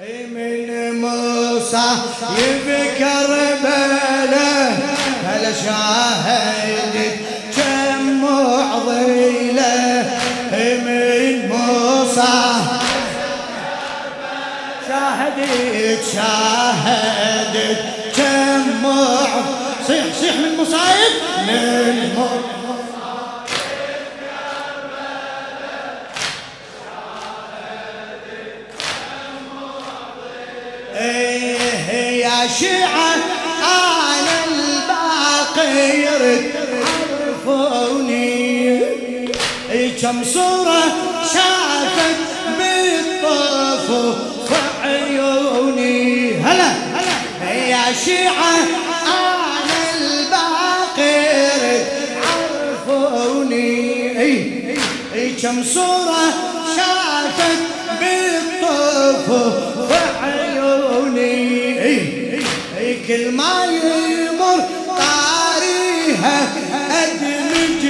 من موسى كربلاء هل شاهدت كم معضلة من موسى شاهدت كم معضلة صيح من مصايب من يا شيعة أنا الباقر عرفوني كم صورة شافت بالطف وعيوني هلا يا شيعة أنا الباقر عرفوني كم صورة شافت بالطف وعيوني كل ما يمر طاريها أدمج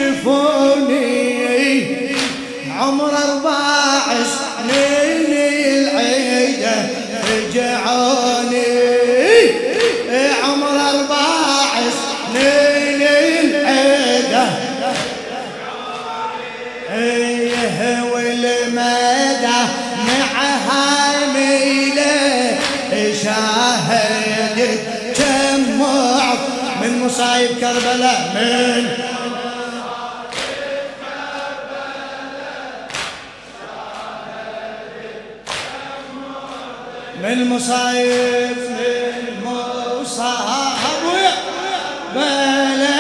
جفوني عمر 4 سنين العيدة رجعوني عمر 4 سنين العيدة والمدى معها ميلة شاهدت كم من مصايب كربلاء من مصايب بلا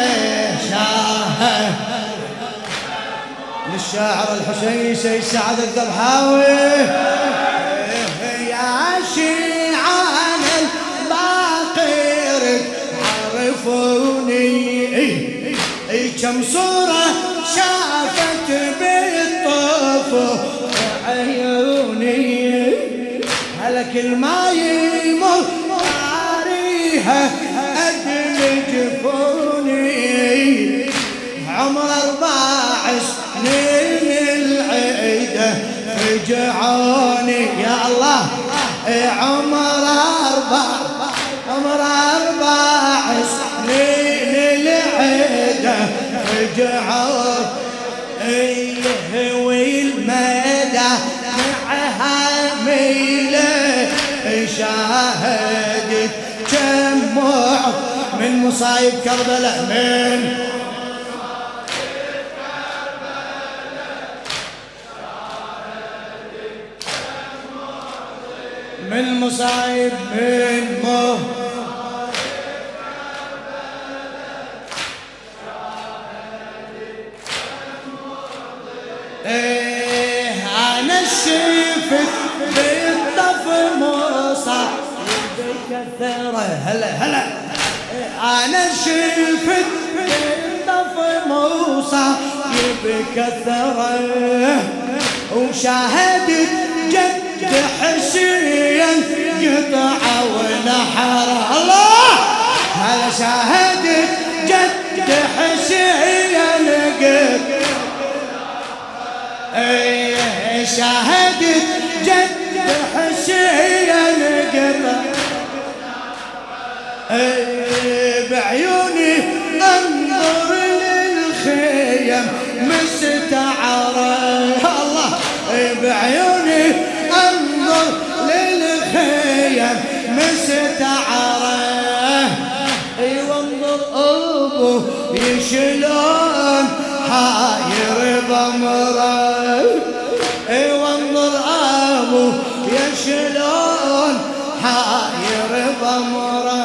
شاهد للشاعر الحسيني سيد سعد الذبحاوي يا شيعان الباقر عرفوني كم صورة شافت بالطف عيوني هلا كل ما يمر طاريها أدمج جفوني عمر 4 سنين العيدة رجعوني يا الله عمر 4 سنين العيدة رجعوني والمدى معها ميلة شاهدت كم من مصايب كربلاء من مصايب أنا شفت بالطف موسى بكثرة هلا أنا شفت بالطف موسى بكثرة وشاهدت جد حسين قطع ونحر الله هلا شاهدت جد حسين قطع شاهدت جد حسين قطع بعيوني انظر للخيم مستعرة الله بعيوني انظر للخيم مستعرة وانظر ابو يشلون حاير بمره وانظر ابو يشلون حاير بمره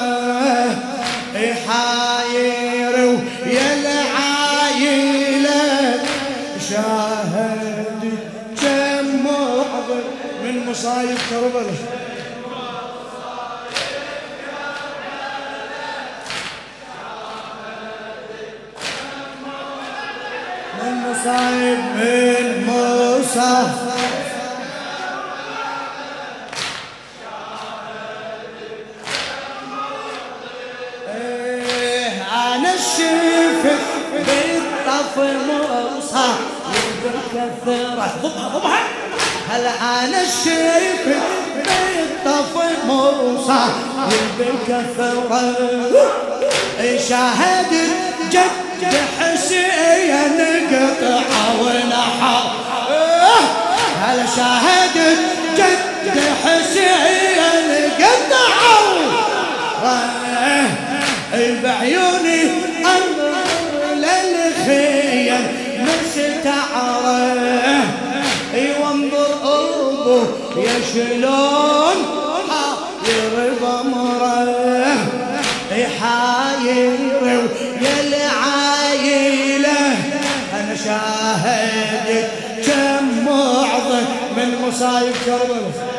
حاير ويا العايله شاهد كم معظم من مصايب كربلاء من مصايب من موسى أنا شفت بالطف موسى بالكثرة ضبها هلا أنا شفت المصايب كثرة شاهد جد حسين قطع ونحر هل شاهد جد حسين قطع بعيوني انظر للخيل مستعره وانظر ابوه يا شلون حاير بمره حاير يا العايله انا شاهد كم معظم من مصايب كربلاء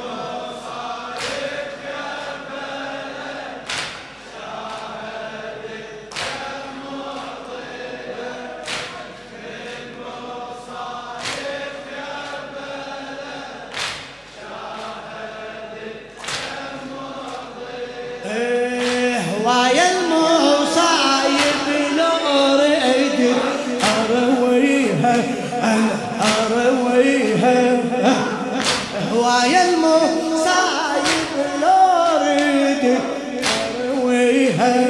هوايا المصايب لو اريد ارويها انا ارويها هوايا المصايب لو اريد ارويها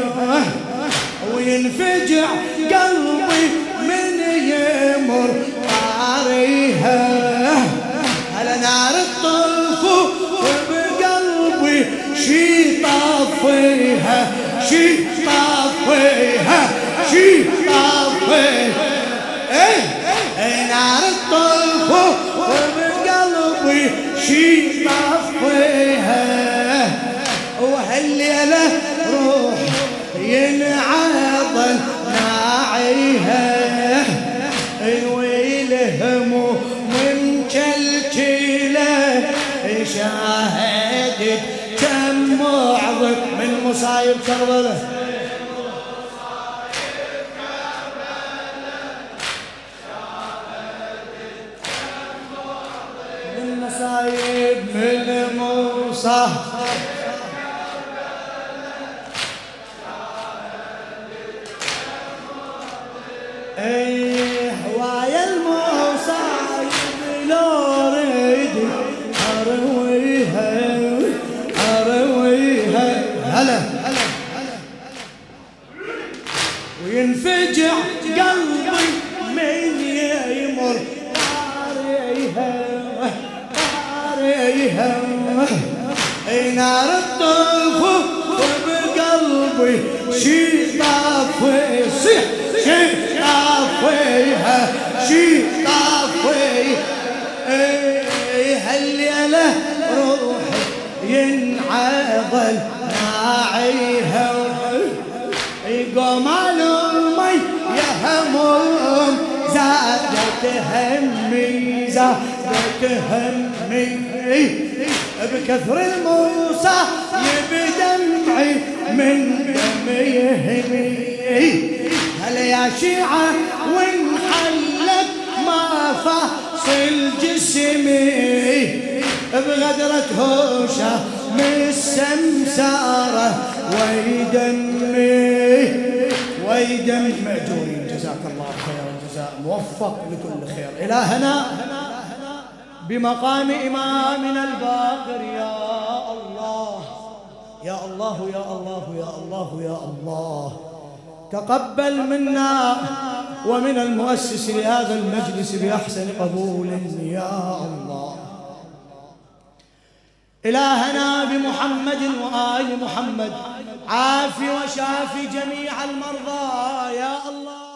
وينفجع قلبي من يمر طاريها على نار الطفو بقلبي شي طفيها شي طفيها شي طفيها نار الطفو بقلبي شي طفيها وهالليلة روح ينعضل ناعيها ويلهم من كلكله شاهدت كم معظم من مصايب كربلاء من مصايب من مصايب هوايا المصايب لو اريد ارويها ارويها هلا وينفجع قلبي من يمر طاريها طاريها نار الطفو بقلبي شي طافي صيح شي طافيها شي طافيها هالليلة روحي ينعضل ناعيها يقوم على المي يا هموم زادت همي زادت همي بكثر المصايب دمعي من دمي يهمي هلا يا شيعة وانحلت ما فاصل جسمي بغدرة هوشة من السمسارة ويدمي ويدمي مأجورين جزاك الله خير الجزاء موفق لكل خير إلهنا بمقام إمامنا الباقر يا الله يا الله يا الله يا الله يا الله تقبل منا ومن المؤسس لهذا المجلس بأحسن قبول يا الله إلهنا بمحمد وآل محمد عافي وشافي جميع المرضى يا الله.